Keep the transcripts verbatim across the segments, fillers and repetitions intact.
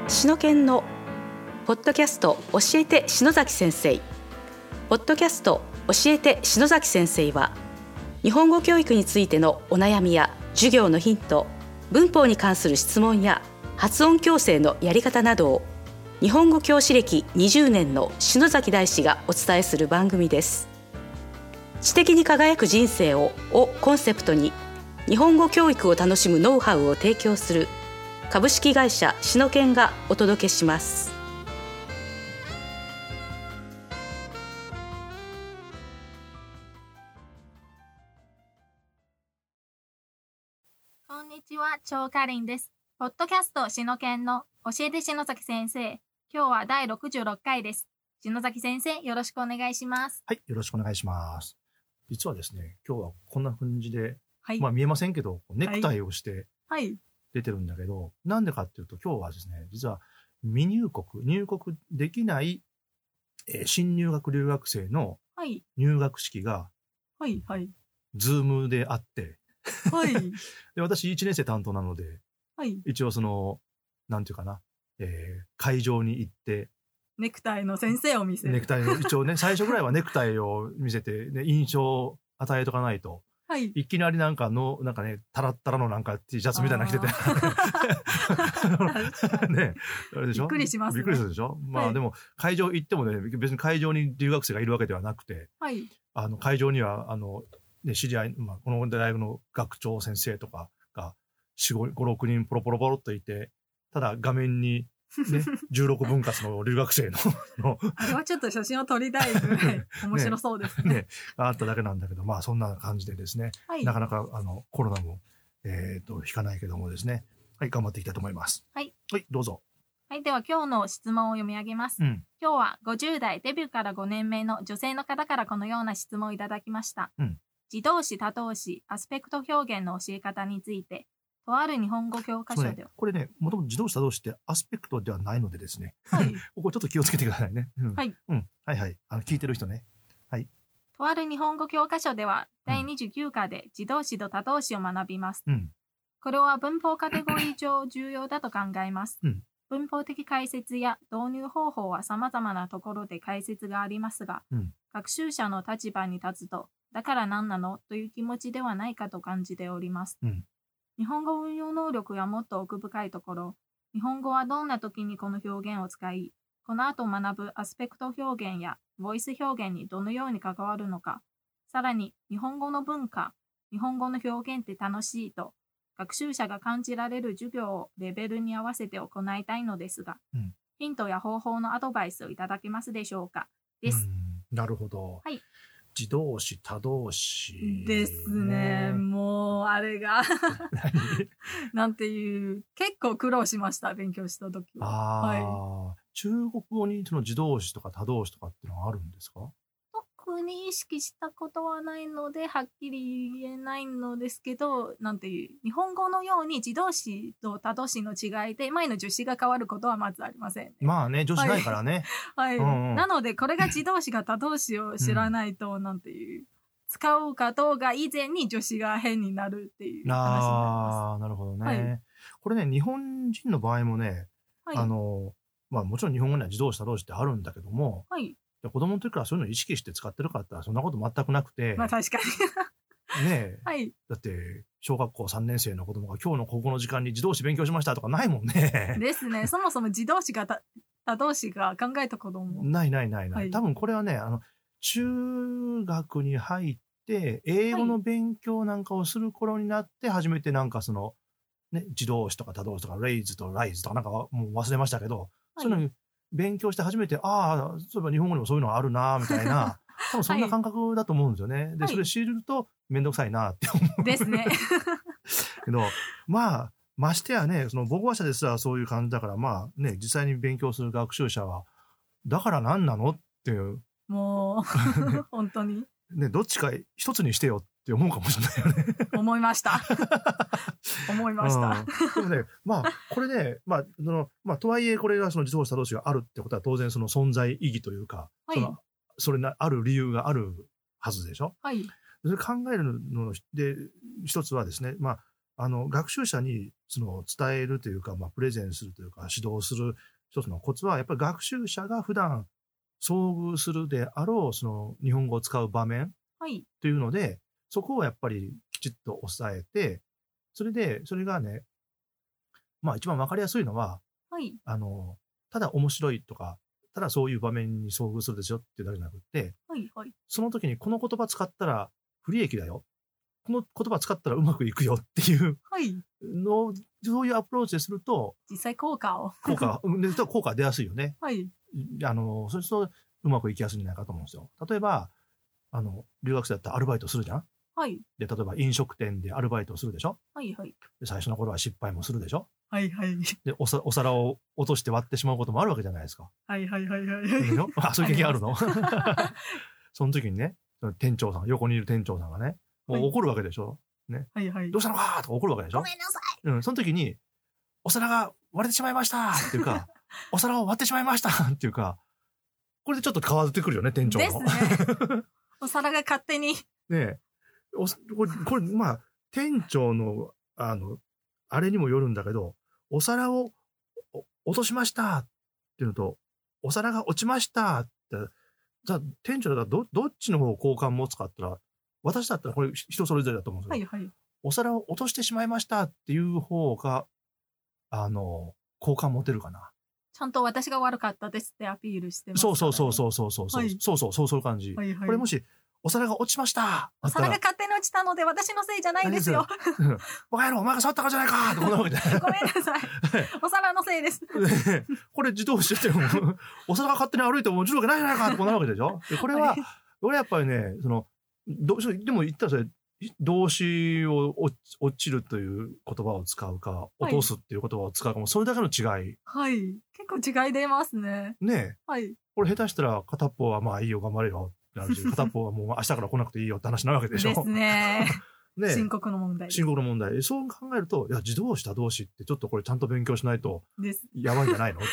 篠研のポッドキャスト教えて篠崎先生。ポッドキャスト教えて篠崎先生は、日本語教育についてのお悩みや授業のヒント、文法に関する質問や発音矯正のやり方などを、日本語教師歴にじゅうねんの篠崎大師がお伝えする番組です。知的に輝く人生ををコンセプトに、日本語教育を楽しむノウハウを提供する株式会社篠研がお届けします。 こんにちは、張かりんです。ポッドキャスト篠研の教えて篠崎先生。今日はだいろくじゅうろっかいです。篠崎先生、よろしくお願いします。 はい、よろしくお願いします。実はですね、今日はこんな感じで、 はい、 まあ見えませんけど、ネクタイをして出てるんだけど、はいはい、なんでかっていうと、今日はですね、実は未入国、入国できない、えー、新入学留学生の入学式が、 はいはい、 ズームであって、 はい、 で私いちねん生担当なので、 はい、 一応その、なんていうかな、えー、会場に行って、 ネクタイの先生を見せる。 ネクタイの、一応ね、最初ぐらいはネクタイを見せて、ね、印象を与えとかないと、はい、いきなりなんかの、なんかね、タラッタラのなんか T シャツみたいなの着てて。ね、あれでしょ？ びっくりしますね。 びっくりするでしょ？まあ、はい、でも、会場行ってもね、別に会場に留学生がいるわけではなくて、はい、あの、会場には、あの、ね、知り合い、まあ、この大学の学長先生とかが、よん、ご、ろくにんポロポロポロっといて、ただ画面に、ね、じゅうろくぶん割の留学生 の, のあれはちょっと写真を撮りたいぐらい面白そうですね。ねねあっただけなんだけど、まあそんな感じでですね、はい、なかなかあのコロナも、えー、と引かないけどもですね、はい、頑張っていきたいと思います。はい、はい、どうぞ。 はい、では今日の質問を読み上げます。うん、今日はごじゅう代デビューからごねんめの女性の方からこのような質問をいただきました。うん、自動詞、他動詞、アスペクト表現の教え方について、とある日本語教科書では、 ね、これね、もともと自動詞多動詞ってアスペクトではないのでですね、はい、ここちょっと気をつけてくださいね。うん、はい、うん、はいはい、あの聞いてる人ね。はい。 とある日本語教科書では、だいにじゅうきゅう課で自動詞と他動詞を学びます。うん、これは文法カテゴリー上重要だと考えます。うん、文法的解説や導入方法は様々なところで解説がありますが、うん、学習者の立場に立つと、だから何なのという気持ちではないかと感じております。うん、日本語運用能力やもっと奥深いところ、日本語はどんな時にこの表現を使い、この後学ぶアスペクト表現やボイス表現にどのように関わるのか、さらに日本語の文化、日本語の表現って楽しいと、学習者が感じられる授業をレベルに合わせて行いたいのですが、うん、ヒントや方法のアドバイスをいただけますでしょうかです。 うん、なるほど。はい。自動詞、他動詞。 ですね。もう、あれが。なんていう、結構苦労しました、勉強したときは。 ああ、はい。中国語にその自動詞とか他動詞とかっていうのはあるんですか？ 特に意識したことはないので、はっきり言えないのですけど、なんていう、日本語のように自動詞と他動詞の違いで、前の助詞が変わることはまずありませんね。 まあね、助詞ないからね。 はい。はいうんうん、なので、これが自動詞が他動詞を知らないと、うん、なんていう、使うかどうか以前に助詞が変になるっていう話になります。 ああ、なるほどね、はい。これね、日本人の場合もね、はい、あの、まあもちろん日本語には自動詞他動詞ってあるんだけども、はい、子供の時からそういうのを意識して使ってるかって言ったらそんなこと全くなくて。 まあ確かに。ねえ。はい。だって、小学校さんねん生の子供が今日の高校の時間に自動詞勉強しましたとかないもんね。 ですね。そもそも自動詞が他、他動詞が考えたことも。 ないないないない。はい、多分これはね、あの、中学に入って、英語の勉強なんかをする頃になって、初めてなんかその、ね、自動詞とか他動詞とか、レイズとライズとかなんかもう忘れましたけど、はい、そういうのに勉強して初めて、ああ、そういえば日本語にもそういうのあるな、みたいな、多分そんな感覚だと思うんですよね。はい、で、それ知るとめんどくさいなって思う。 ですね。 けど、まあ、ましてやね、その母語話者ですらそういう感じだから、まあね、実際に勉強する学習者は、だから何なのっていう。 もう、本当に。 ね、どっちか一つにしてよって思うかもしれないよね。 思いました。思いました。 でもね、まあ、これね、まあ、その、まあ、とはいえ、これがその自動詞他動詞があるってことは当然その存在意義というか、はい、その、それな、ある理由があるはずでしょ。はい。それ考えるので、一つはですね、まあ、 あの、学習者に、その、伝えるというか、まあ、プレゼンするというか、指導する一つのコツは、やっぱり学習者が普段遭遇するであろう、その、日本語を使う場面というので、はい、そこをやっぱりきちっと抑えて、それで、それがね、まあ一番わかりやすいのは、 はい、 あの、ただ面白いとか、ただそういう場面に遭遇するですよっていうだけじゃなくて、 はいはい、 その時にこの言葉使ったら不利益だよ。この言葉使ったらうまくいくよっていうのを、はい、そういうアプローチですると、 実際効果を。 効果、効果出やすいよね。 はい。 あの、そうするとうまくいきやすいんじゃないかと思うんですよ。例えば、あの、留学生だったらアルバイトするじゃん。 はい。 で、例えば飲食店でアルバイトをするでしょ。 はいはい。 で、最初の頃は失敗もするでしょ。 はいはい。 で、おさ、お皿を落として割ってしまうこともあるわけじゃないですか。 はいはいはいはい。 でしょあ、そういう経験あるのその時にね、店長さん、横にいる店長さんがね、もう怒るわけでしょ。ね。 はいはい。 どうしたのかとか怒るわけでしょ。 ごめんなさい。 うん、その時に、お皿が割れてしまいましたっていうか、お皿を割ってしまいましたっていうか、これでちょっと変わってくるよね、店長の。 ですね。お皿が勝手に。 ねえ。おこれ、これ、まあ、店長の、あの、あれにもよるんだけど、お皿を落としましたっていうのと、お皿が落ちましたって、じゃあ、店長だったらど、どっちの方を好感持つかって言ったら、私だったらこれ人それぞれだと思うんですよ。 はいはい。 お皿を落としてしまいましたっていう方が、あの、好感持てるかな。 ちゃんと私が悪かったですってアピールしてます、 ね。そうそうそうそうそうそう、はい、そうそうそうそういう感じ。 はいはい、 これもしお皿が落ちました。 お皿が勝手に落ちたので私のせいじゃないですよ。 バカ野郎お前が触ったからじゃないかってこんなわけで。 ごめんなさい。お皿のせいです。 ね、これ自動しててもお皿が勝手に歩いても落ちるわけないじゃないかってこんなわけでしょ。これは、はい、俺やっぱりねそのどでも言ったらそれ動詞を落ちるという言葉を使うか、落とすっていう言葉を使うかも、それだけの違い。 はい。結構違い出ますね。 ねえ。 はい。 これ下手したら片っぽはまあいいよ、頑張れよってなるし、片っぽはもう明日から来なくていいよって話になるわけでしょ。 ですね。 ねえ。 深刻の問題。 深刻の問題。そう考えると、いや、自動詞多動詞ってちょっとこれちゃんと勉強しないと、やばいんじゃないのって、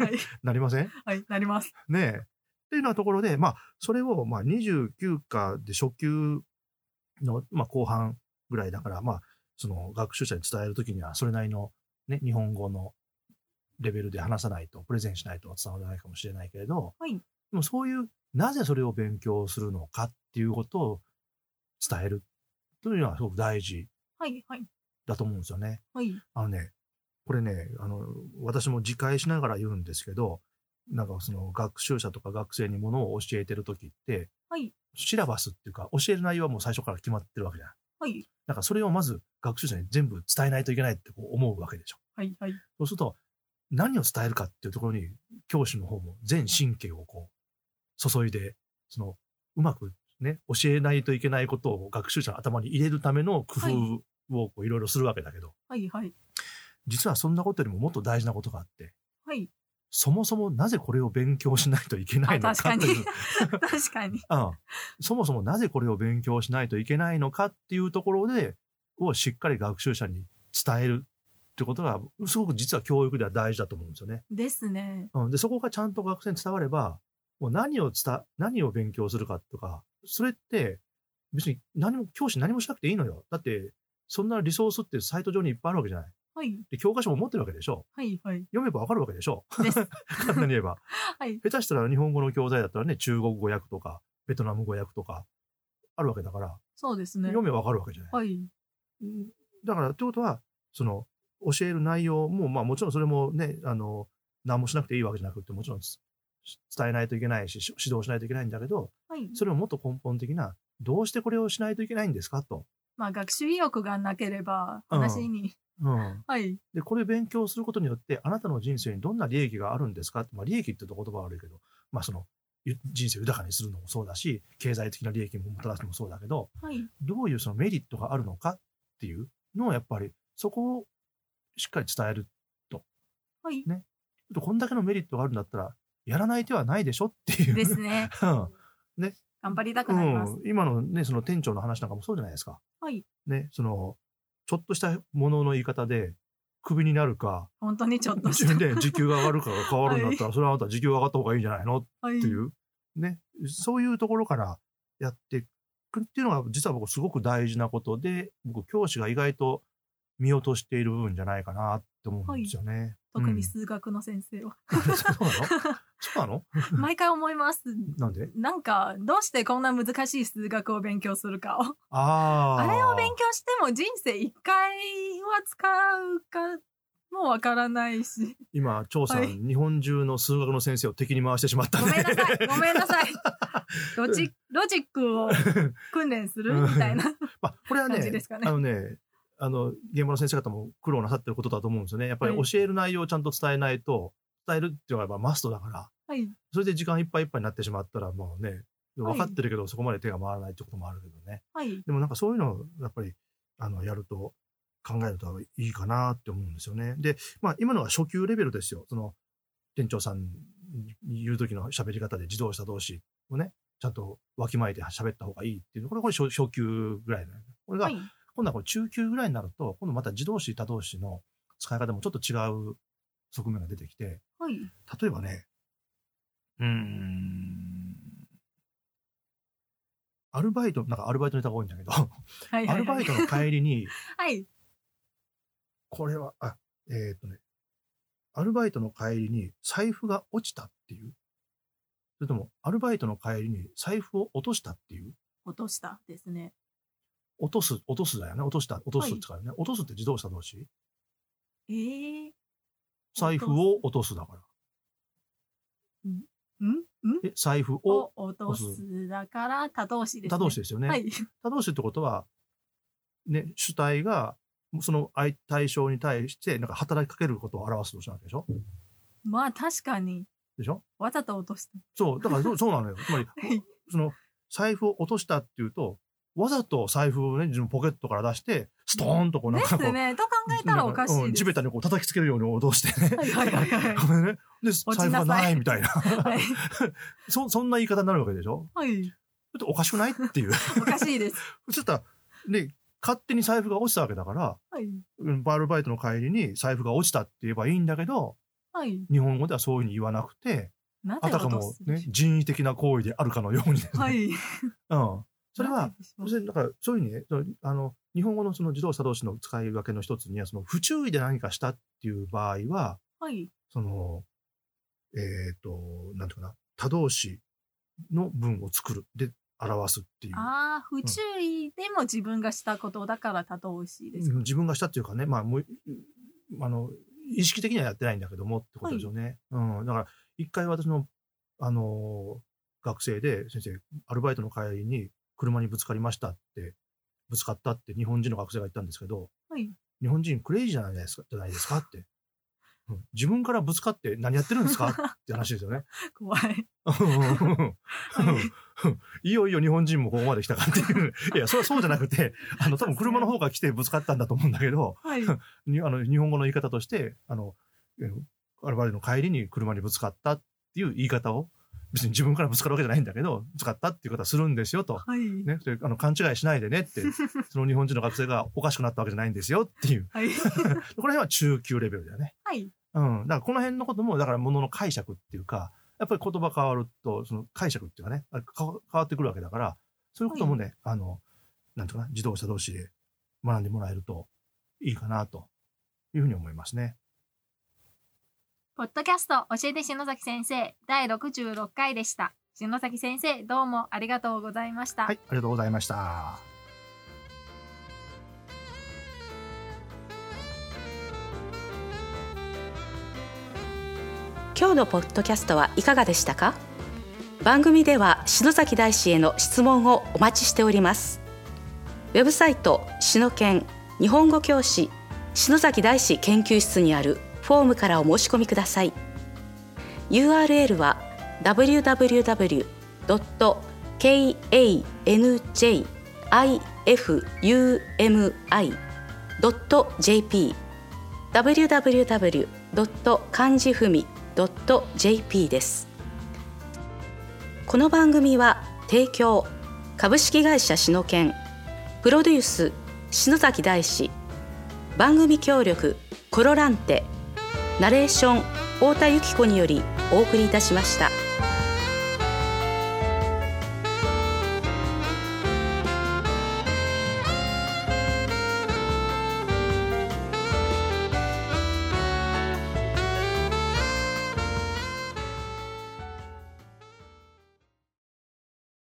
はい、なりません？ はい、なります。 ねえ。っていうようなところで、まあ、それをまあにじゅうきゅうかで初級の、まあ、後半ぐらいだから、まあ、その学習者に伝えるときには、それなりのね、日本語のレベルで話さないと、プレゼンしないと伝わらないかもしれないけれど、 はい、でもそういう、なぜそれを勉強するのかっていうことを伝えるというのはすごく大事だと思うんですよね。 はい、 あのね、これね、あの、私も自戒しながら言うんですけど、なんかその学習者とか学生にものを教えてるときって、 はい、 シラバスっていうか、教える内容はもう最初から決まってるわけじゃない。 はい。 だからそれをまず学習者に全部伝えないといけないってこう思うわけでしょ。 はい、はい。 そうすると、何を伝えるかっていうところに、教師の方も全神経をこう、注いで、その、うまくね、教えないといけないことを学習者の頭に入れるための工夫をこういろいろするわけだけど、 はい、はい。 実はそんなことよりももっと大事なことがあって、 はい。 そもそもなぜこれを勉強しないといけないのかという。 確かに。確かに、 うん。そもそもなぜこれを勉強しないといけないのかっていうところで、をしっかり学習者に伝えるってことが、すごく実は教育では大事だと思うんですよね。 ですね。 うん。で、そこがちゃんと学生に伝われば、もう何を伝、何を勉強するかとか、それって別に何も、教師何もしなくていいのよ。だって、そんなリソースってサイト上にいっぱいあるわけじゃない。 はい。 で、教科書も持ってるわけでしょ。 はい、はい。 読めばわかるわけでしょ。 です。 簡単に言えば。 はい。 下手したら日本語の教材だったらね、中国語訳とか、ベトナム語訳とか、あるわけだから。 そうですね。 読めばわかるわけじゃない。 はい。 だから、ってことは、その、教える内容も、まあもちろんそれもね、あの、何もしなくていいわけじゃなくて、もちろん伝えないといけないし、指導しないといけないんだけど、 はい。 それをもっと根本的な、どうしてこれをしないといけないんですかと。 まあ、学習意欲がなければ、話に、 うん。うん。 はい。 で、これ勉強することによって、あなたの人生にどんな利益があるんですかって、まあ、利益って言うと言葉は悪いけど、まあ、その、人生を豊かにするのもそうだし、経済的な利益ももたらすのもそうだけど、 はい。 どういうそのメリットがあるのかっていうのを、やっぱり、そこをしっかり伝えると。 はい。 ね。こんだけのメリットがあるんだったら、やらない手はないでしょっていう。 ですね。 うん。ね。 頑張りたくなります。 うん。今のね、その店長の話なんかもそうじゃないですか。 はい。 ね、その、ちょっとしたものの言い方で、クビになるか、 本当にちょっとした。 で、時給が上がるかが変わるんだったら、はい、それはあなた時給が上がった方がいいんじゃないの、 はい、 っていう、ね。そういうところからやっていくっていうのが、実は僕すごく大事なことで、僕、教師が意外と見落としている部分じゃないかなって思うんですよね。はい、 特に数学の先生は。 うん、そうなの？そうなの？ 毎回思います。 なんで？なんか、どうしてこんな難しい数学を勉強するかを。 ああれを勉強しても人生一回は使うかもわからないし。 今、張さん、はい、日本中の数学の先生を敵に回してしまったね。 ごめんなさい、ごめんなさい。ロジ、ロジックを訓練するみたいなまあ、これはね、 感じですかね。 あのね、あの、現場の先生方も苦労なさってることだと思うんですよね。やっぱり教える内容をちゃんと伝えないと、伝えるっていうのがやっぱマストだから、はい、それで時間いっぱいいっぱいになってしまったら、もうね、分かってるけど、はい、そこまで手が回らないってこともあるけどね。はい、でもなんかそういうのをやっぱり、あの、やると、考えるといいかなって思うんですよね。で、まあ今のは初級レベルですよ。その、店長さんに言う時の喋り方で自動車同士をね、ちゃんとわきまえて喋った方がいいっていうの。これ、これ初、初級ぐらいなの。これが、はい、今度はこれ中級ぐらいになると、今度また自動詞多動詞の使い方もちょっと違う側面が出てきて、はい、例えばね、うーん、アルバイト、なんかアルバイトネタが多いんだけど、はいはいはい、アルバイトの帰りに、はい、これは、あ、えー、っとね、アルバイトの帰りに財布が落ちたっていう。それとも、アルバイトの帰りに財布を落としたっていう。 落としたですね。 落とす、落とすだよね。落とした、落とすって使うよね。はい、落とすって自動車同士？ えー、 財布を落とすだから。 んんんえ、財布を落とすだから多動詞ですね。 多動詞ですよね。はい、多動詞ってことは、ね、主体が、その対象に対して、なんか働きかけることを表す動詞なわけでしょ？ まあ確かに。 でしょ？ わざと落とした。 そう、だからそうなのよ。つまり、はい、その、財布を落としたっていうと、わざと財布をね、自分ポケットから出して、ストーンとこうなんかこう。 ですね。と考えたらおかしいです。うん、 地べたにこう叩きつけるように脅してね。 はいはいはいはい。 これね。で、財布がないみたいな。はい、そ、そんな言い方になるわけでしょ？はい。ちょっとおかしくないっていう。 おかしいです。 そしたら、ね、勝手に財布が落ちたわけだから、はい、アルバイトの帰りに財布が落ちたって言えばいいんだけど、はい、日本語ではそういうふうに言わなくて、あたかも、ね、人為的な行為であるかのようにですね。はい。うん。それは、だからそういうふうにね、あの、日本語のその自動車同士の使い分けの一つには、その不注意で何かしたっていう場合は、はい、その、えっと、なんていうかな、他動詞の文を作る。で、表すっていう。 ああ、不注意でも自分がしたことだから多動詞ですか、 うん、自分がしたっていうかね、まあ、もう、あの、意識的にはやってないんだけどもってことですよね。はい、うん。だから、一回私の、あのー、学生で、先生、アルバイトの帰りに車にぶつかりましたって、ぶつかったって日本人の学生が言ったんですけど、はい、日本人クレイジーじゃないですか、じゃないですかって。うん、自分からぶつかって何やってるんですかって話ですよね。 怖い。 いよいよ日本人もここまで来たかっていう。いや、それはそうじゃなくて、あの、多分車の方が来てぶつかったんだと思うんだけど、はい、あの日本語の言い方として、あの、アルバイトの帰りに車にぶつかったっていう言い方を、別に自分からぶつかるわけじゃないんだけど、ぶつかったっていう方はするんですよと。はい、ね、それあの勘違いしないでねって、その日本人の学生がおかしくなったわけじゃないんですよっていう。はい、この辺は中級レベルだよね。はい。うん。だからこの辺のことも、だからものの解釈っていうか、やっぱり言葉変わると、その解釈っていうかね、変わってくるわけだから、そういうこともね、はい、あの、なんていうかな、自動車同士で学んでもらえるといいかなというふうに思いますね。 ポッドキャスト教えて篠崎先生だいろくじゅうろっかいでした。篠崎先生、どうもありがとうございました。 はい、ありがとうございました。 今日のポッドキャストはいかがでしたか？番組では篠崎大師への質問をお待ちしております。ウェブサイト篠研日本語教師篠崎大師研究室にあるフォームからお申し込みください。 ユーアールエル は ダブリューダブリューダブリュードットケーエーエヌジェイアイエフユーエムアイドットジェーピー ダブリューダブリューダブリュードット漢字ふみドットジェーピー です。この番組は提供株式会社篠研、プロデュース篠崎大師、番組協力コロランテ、ナレーション太田由紀子によりお送りいたしました。